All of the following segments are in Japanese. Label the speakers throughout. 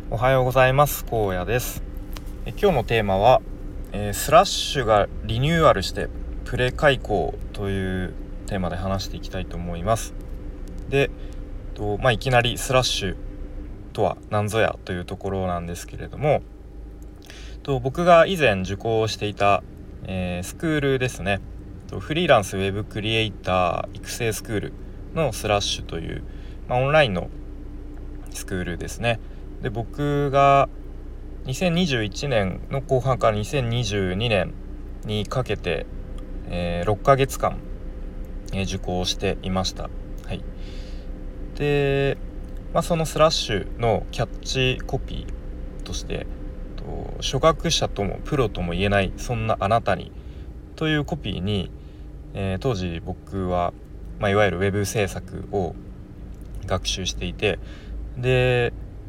Speaker 1: おはようございます。荒野です。今日のテーマは、スラッシュがリニューアルしてプレ開講というテーマで話していきたいと思います。で、いきなりスラッシュとは何ぞやというところなんですけれども、僕が以前受講していた、スクールですね。フリーランスウェブクリエイター育成スクールのスラッシュという、オンラインのスクールですね。で、僕が2021年の後半から2022年にかけて、6ヶ月間、受講していました。はい。で、そのスラッシュのキャッチコピーとして初学者ともプロとも言えないそんなあなたにというコピーに、当時僕は、いわゆるウェブ制作を学習していて、で、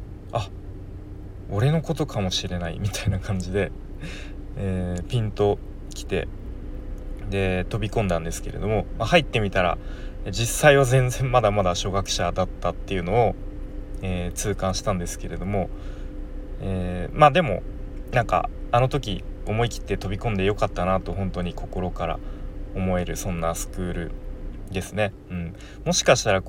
Speaker 1: 俺のことかもしれないみたいな感じで、ピンときて、で飛び込んだんですけれども、入ってみたら実際は全然まだまだ初学者だったっていうのを、痛感したんですけれども、でもなんかあの時思い切って飛び込んでよかったなと本当に心から思えるそんなスクールですね。もしかしたら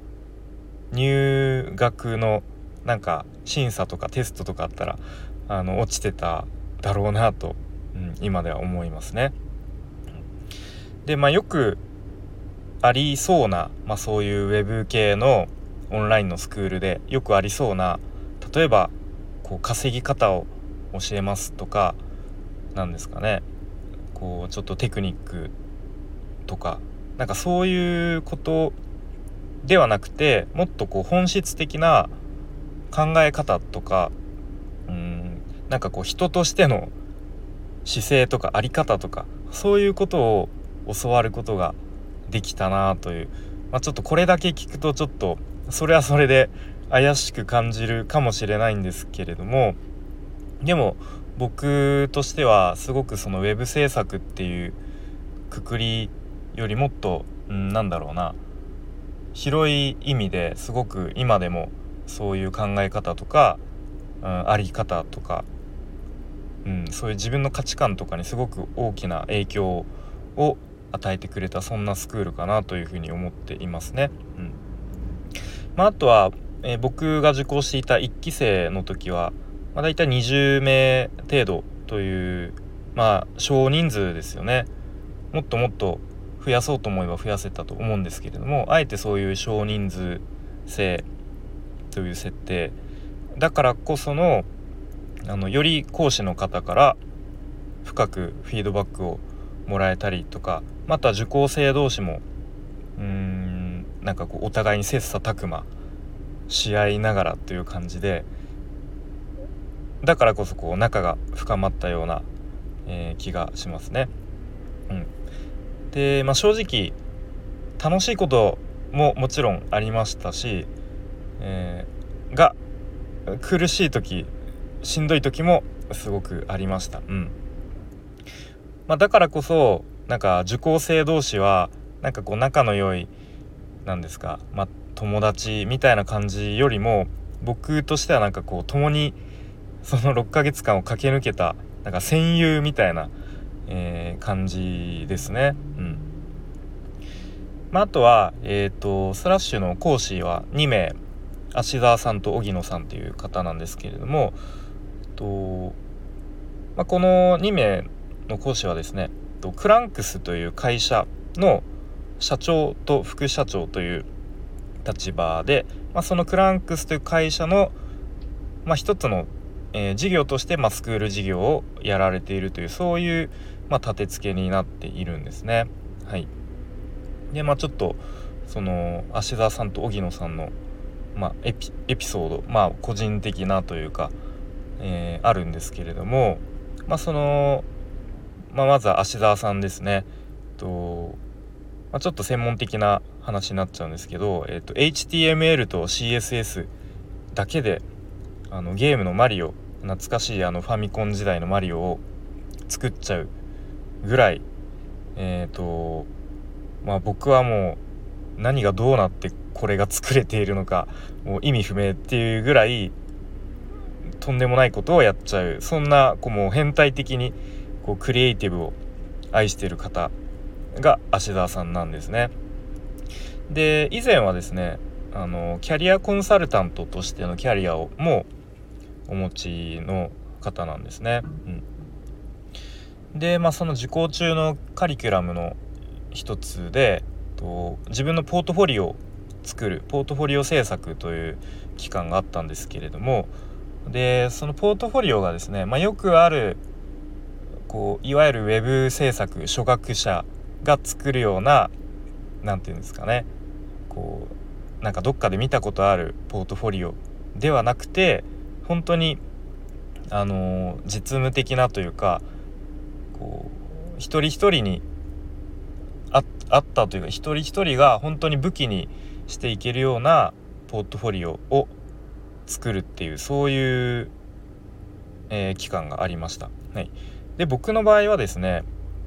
Speaker 1: 入学のなんか審査とかテストとかあったら落ちてただろうなと、今では思いますね。で、よくありそうな、そういうウェブ系のオンラインのスクールでよくありそうな、例えば稼ぎ方を教えますとか、なんですかね、ちょっとテクニックとかなんかそういうことではなくて、もっと本質的な考え方とか、なんか人としての姿勢とかあり方とか、そういうことを教わることができたなという、ちょっとこれだけ聞くとちょっとそれはそれで怪しく感じるかもしれないんですけれども、でも僕としてはすごくそのウェブ制作っていうくくりよりもっと、なんだろうな、広い意味ですごく今でもそういう考え方とか、あり方とか、そういう自分の価値観とかにすごく大きな影響を与えてくれたそんなスクールかなというふうに思っていますね。あとは、僕が受講していた1期生の時は、だいたい20名程度という、少人数ですよね。もっともっと増やそうと思えば増やせたと思うんですけれども、あえてそういう少人数制という設定だからこその、より講師の方から深くフィードバックをもらえたりとか、また受講生同士もなんかお互いに切磋琢磨し合いながらという感じで、だからこそ仲が深まったような、気がしますね。で、正直楽しいことももちろんありましたし、が苦しい時、しんどい時もすごくありました。だからこそなんか受講生同士はなんか仲の良い、なんですか、友達みたいな感じよりも、僕としてはなんか共にその6ヶ月間を駆け抜けたなんか戦友みたいな、感じですね。あとは、スラッシュの講師は2名、芦澤さんと荻野さんという方なんですけれども、この2名の講師はですね、クランクスという会社の社長と副社長という立場で、そのクランクスという会社の、一つの、事業として、スクール事業をやられているという、そういう、立て付けになっているんですね。はい。で、ちょっとその芦澤さんと荻野さんの、エピソード、個人的なというか、あるんですけれども、まずは芦澤さんですね。ちょっと専門的な話になっちゃうんですけど、HTML と CSS だけでゲームのマリオ、懐かしいファミコン時代のマリオを作っちゃうぐらい、僕はもう何がどうなってこれが作れているのかもう意味不明っていうぐらいとんでもないことをやっちゃう、そんなもう変態的にクリエイティブを愛している方が芦澤さんなんですね。で以前はですねキャリアコンサルタントとしてのキャリアをもお持ちの方なんですね。でその受講中のカリキュラムの一つで自分のポートフォリオを作るポートフォリオ制作という期間があったんですけれども、でそのポートフォリオがですね、よくあるいわゆるウェブ制作初学者が作るようななんていうんですかね、なんかどっかで見たことあるポートフォリオではなくて、本当に実務的なというか一人一人にあったというか、一人一人が本当に武器にしていけるようなポートフォリオを作るっていう、そういう、期間がありました。で僕の場合はですね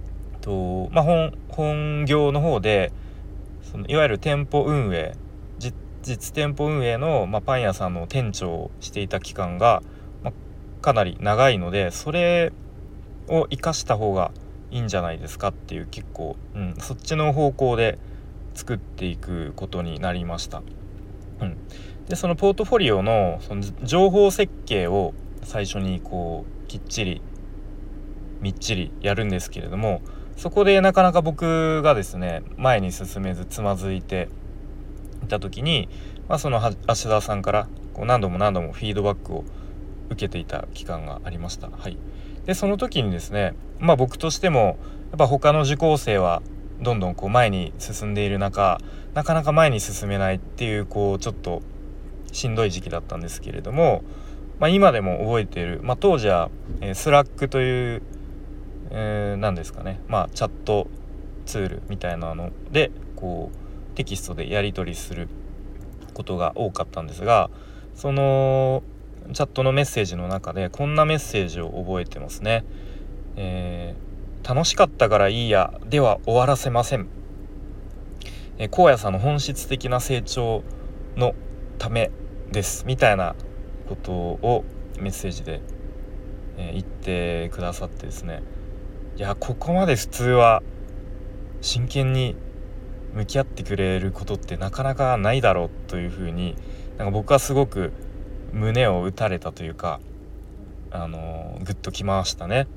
Speaker 1: 本業の方でいわゆる店舗運営実店舗運営の、パン屋さんの店長をしていた期間が、かなり長いので、それを生かした方がいいんじゃないですかっていう結構、そっちの方向で作っていくことになりました。でそのポートフォリオのその情報設計を最初にきっちりみっちりやるんですけれども、そこでなかなか僕がですね前に進めずつまずいていた時に、その芦澤さんから何度もフィードバックを受けていた期間がありました。でその時にですね、僕としてもやっぱ他の受講生はどんどん前に進んでいる中、なかなか前に進めないっていうちょっとしんどい時期だったんですけれども、今でも覚えている、当時は、スラックという、何ですかね、チャットツールみたいなのでテキストでやり取りすることが多かったんですが、そのチャットのメッセージの中でこんなメッセージを覚えてますね。楽しかったからいいやでは終わらせません。荒野さんの本質的な成長のためですみたいなことをメッセージで、言ってくださってですね、いやここまで普通は真剣に向き合ってくれることってなかなかないだろうというふうに、僕はすごく胸を打たれたというか、グッときましたね。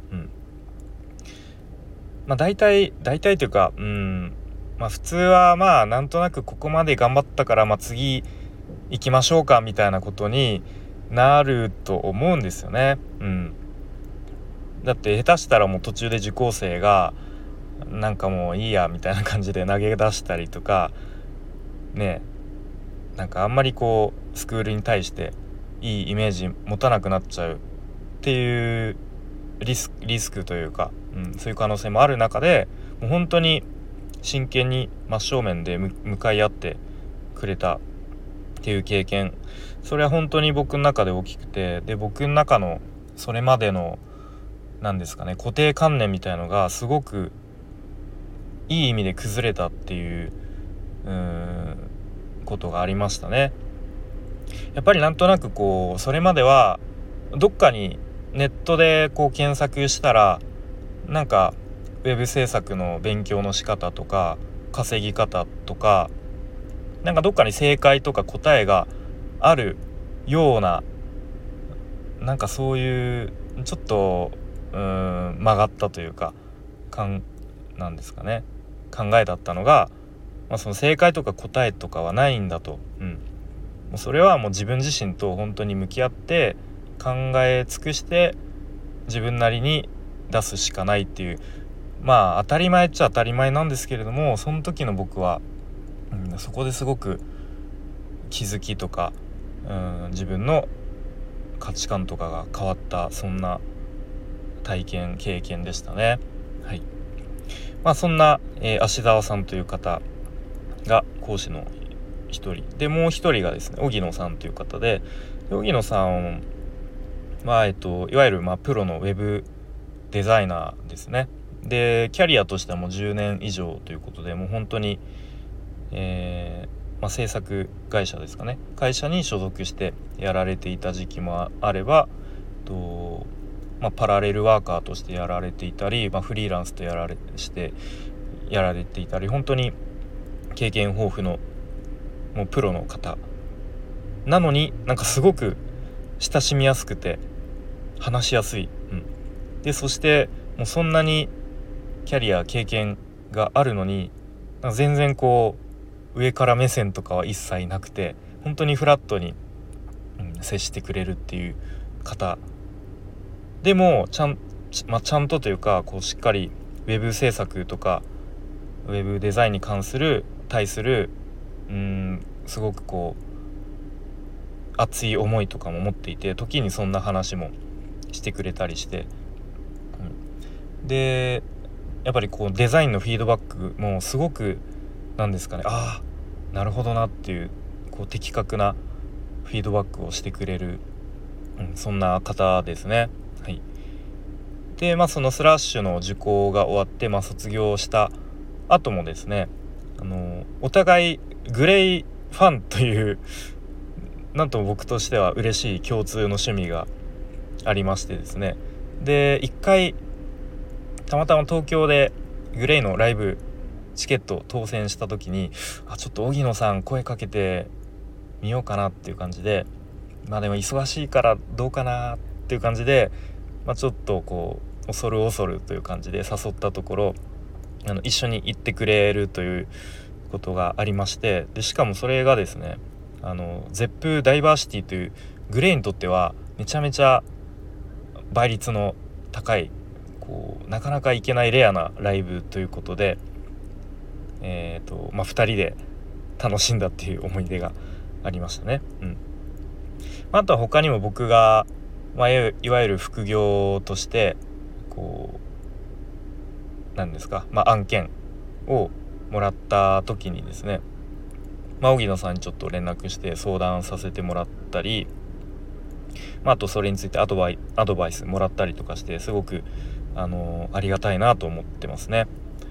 Speaker 1: 大体というか、普通はなんとなくここまで頑張ったから、次行きましょうかみたいなことになると思うんですよね。だって下手したらもう途中で受講生がなんかもういいやみたいな感じで投げ出したりとかね、なんかあんまりスクールに対していいイメージ持たなくなっちゃうっていうリスクというか、そういう可能性もある中で、もう本当に真剣に真正面で向かい合ってくれたっていう経験、それは本当に僕の中で大きくて、で僕の中のそれまでのなんですかね、固定観念みたいのがすごくいい意味で崩れたっていうことがありましたね。やっぱりなんとなくそれまではどっかにネットで検索したらなんかウェブ制作の勉強の仕方とか稼ぎ方とかなんかどっかに正解とか答えがあるような、なんかそういうちょっと曲がったというかなんですかね、考えだったのが、その正解とか答えとかはないんだと、もうそれはもう自分自身と本当に向き合って考え尽くして自分なりに出すしかないっていう、当たり前っちゃ当たり前なんですけれども、その時の僕は、そこですごく気づきとか、自分の価値観とかが変わった、そんな経験でしたね。そんな、芦澤さんという方が講師の一人で、もう一人がですね荻野さんという方で、荻野さんは、いわゆるプロのウェブデザイナーですね。でキャリアとしてはもう10年以上ということで、もう本当に、制作会社ですかね、会社に所属してやられていた時期もあれば、 パラレルワーカーとしてやられていたり、フリーランスとやられていたり、本当に経験豊富のもうプロの方なのに、なんかすごく親しみやすくて話しやすい、でそしてもうそんなにキャリア経験があるのに、なんか全然こう上から目線とかは一切なくて、本当にフラットに、接してくれるっていう方でもちゃんとというか、こうしっかりウェブ制作とかウェブデザインに対するすごくこう熱い思いとかも持っていて、時にそんな話もしてくれたりして、でやっぱりこうデザインのフィードバックもすごくなんですかね、なるほどなっていう、こう的確なフィードバックをしてくれる、そんな方ですね。はい。でそのスラッシュの受講が終わって、卒業した後もですね、お互いグレイファンというなんとも僕としては嬉しい共通の趣味がありましてですね、で一回たまたま東京でグレイのライブチケット当選した時に、ちょっと荻野さん声かけてみようかなっていう感じで、でも忙しいからどうかなっていう感じで、ちょっとこう恐るという感じで誘ったところ、一緒に行ってくれるということがありまして、でしかもそれがですね、ゼップダイバーシティというグレイにとってはめちゃめちゃ倍率の高い、こうなかなか行けないレアなライブということで、2人で楽しんだっていう思い出がありましたね。あとは他にも僕が、いわゆる副業としてこう何ですか、案件をもらった時にですね、荻野さんにちょっと連絡して相談させてもらったり、あとそれについてアドバイスもらったりとかして、すごくありがたいなと思ってますね。や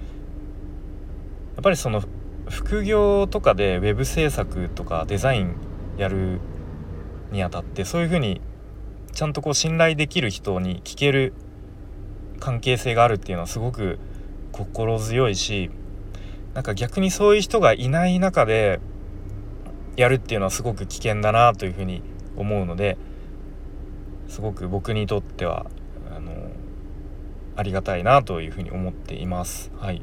Speaker 1: っぱりその副業とかでウェブ制作とかデザインやるにあたって、そういうふうにちゃんとこう信頼できる人に聞ける関係性があるっていうのはすごく心強いし、なんか逆にそういう人がいない中でやるっていうのはすごく危険だなというふうに思うので、すごく僕にとってはありがたいなというふうに思っています。はい。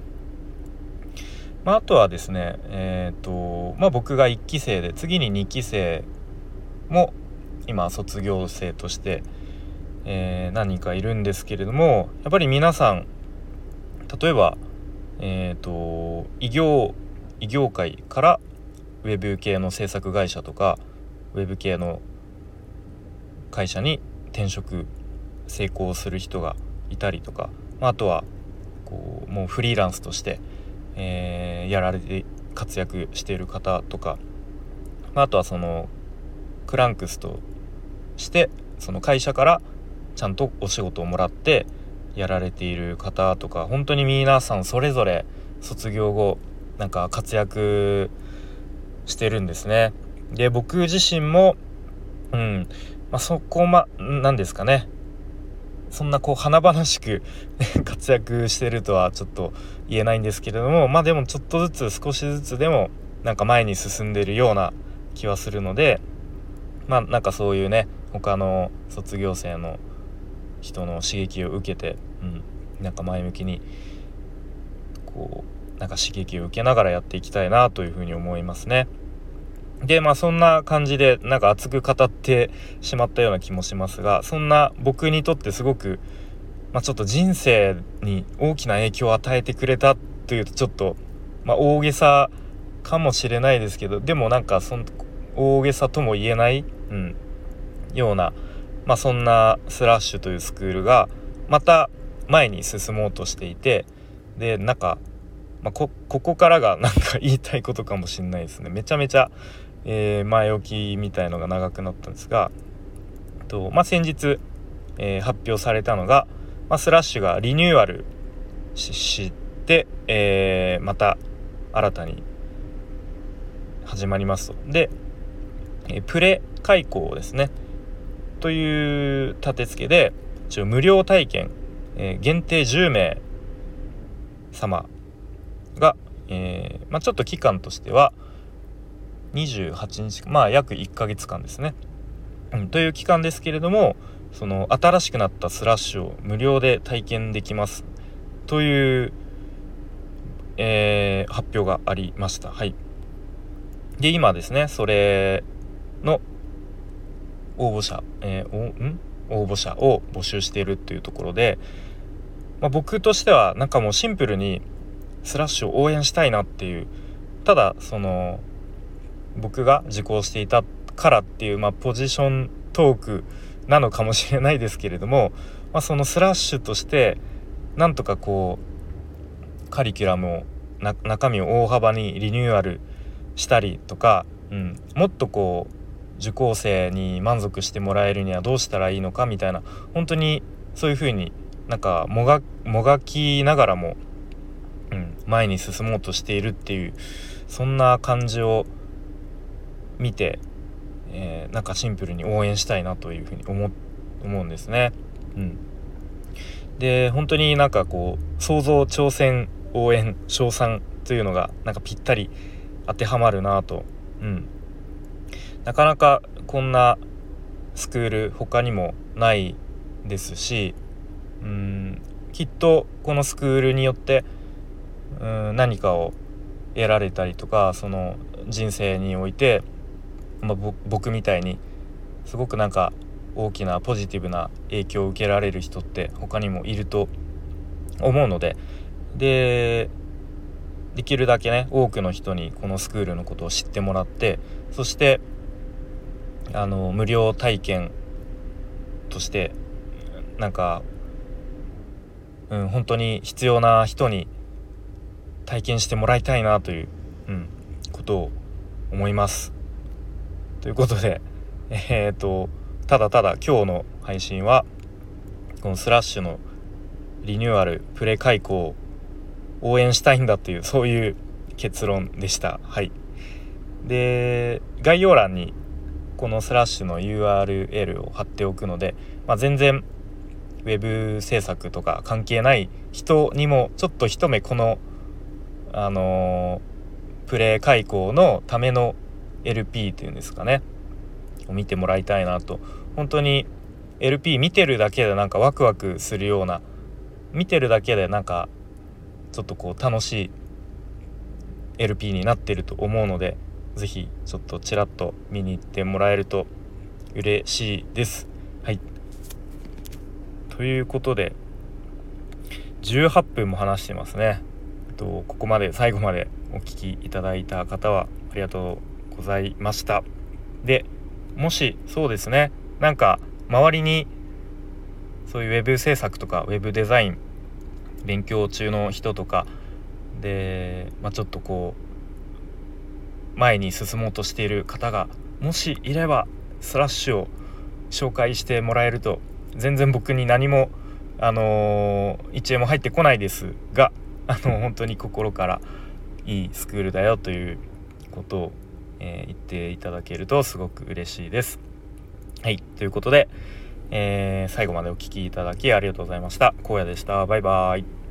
Speaker 1: あとはですね、僕が1期生で次に2期生も今卒業生として、何人かいるんですけれども、やっぱり皆さん例えば、異業界からウェブ系の制作会社とかウェブ系の会社に転職成功する人がいたりとか、あとはこうもうフリーランスとして、やられて活躍している方とか、あとはそのクランクスとしてその会社からちゃんとお仕事をもらってやられている方とか、本当に皆さんそれぞれ卒業後なんか活躍してるんですね。で僕自身もそこなんですかね、そんなこう華々しく活躍してるとはちょっと言えないんですけれども、でもちょっとずつ少しずつでもなんか前に進んでるような気はするので、なんかそういうね、他の卒業生の人の刺激を受けて、なんか前向きにこうなんか刺激を受けながらやっていきたいなというふうに思いますね。でそんな感じでなんか熱く語ってしまったような気もしますが、そんな僕にとってすごく、ちょっと人生に大きな影響を与えてくれたというとちょっと、大げさかもしれないですけど、でもなんか大げさとも言えない、ような、そんなスラッシュというスクールがまた前に進もうとしていて、でなんか、ここからがなんか言いたいことかもしれないですね。めちゃめちゃ、前置きみたいのが長くなったんですが、先日、発表されたのが、スラッシュがリニューアルして、また新たに始まりますと。で、プレ開講ですねという立て付けで無料体験、限定10名様が、ちょっと期間としては28日間、約1ヶ月間ですね、という期間ですけれども、その新しくなったスラッシュを無料で体験できますという、発表がありました。はい。で今ですね、それの応募者を募集しているっていうところで、僕としてはなんかもうシンプルにスラッシュを応援したいなっていう、ただその僕が受講していたからっていう、ポジショントークなのかもしれないですけれども、そのスラッシュとしてなんとかこうカリキュラムを中身を大幅にリニューアルしたりとか、もっとこう受講生に満足してもらえるにはどうしたらいいのかみたいな、本当にそういう風になんかもがきながらも、前に進もうとしているっていう、そんな感じを見て、なんかシンプルに応援したいなというふうに思うんですね。で本当になんかこう創造、挑戦、応援、称賛というのがなんかぴったり当てはまるなと、なかなかこんなスクール他にもないですし、きっとこのスクールによって何かを得られたりとか、その人生において、僕みたいにすごくなんか大きなポジティブな影響を受けられる人って他にもいると思うので、できるだけね多くの人にこのスクールのことを知ってもらって、そして無料体験としてなんか、本当に必要な人に体験してもらいたいなという、ことを思います。ということで、ただただ今日の配信はこのスラッシュのリニューアルプレ開講を応援したいんだという、そういう結論でした。はい。で概要欄にこのスラッシュの URL を貼っておくので、全然ウェブ制作とか関係ない人にもちょっと一目このプレ開講のための LP っていうんですかねを見てもらいたいなと。本当に LP 見てるだけでなんかワクワクするような、見てるだけでなんかちょっとこう楽しい LP になってると思うので、ぜひちょっとちらっと見に行ってもらえると嬉しいです。はい。ということで18分も話してますね。ここまで最後までお聞きいただいた方はありがとうございました。でもしそうですね、なんか周りにそういうウェブ制作とかウェブデザイン勉強中の人とかで、ちょっとこう前に進もうとしている方がもしいればスラッシュを紹介してもらえると、全然僕に何も1円も入ってこないですが、本当に心からいいスクールだよということを、言っていただけるとすごく嬉しいです。はい、ということで、最後までお聞きいただきありがとうございました。荒野でした。バイバイ。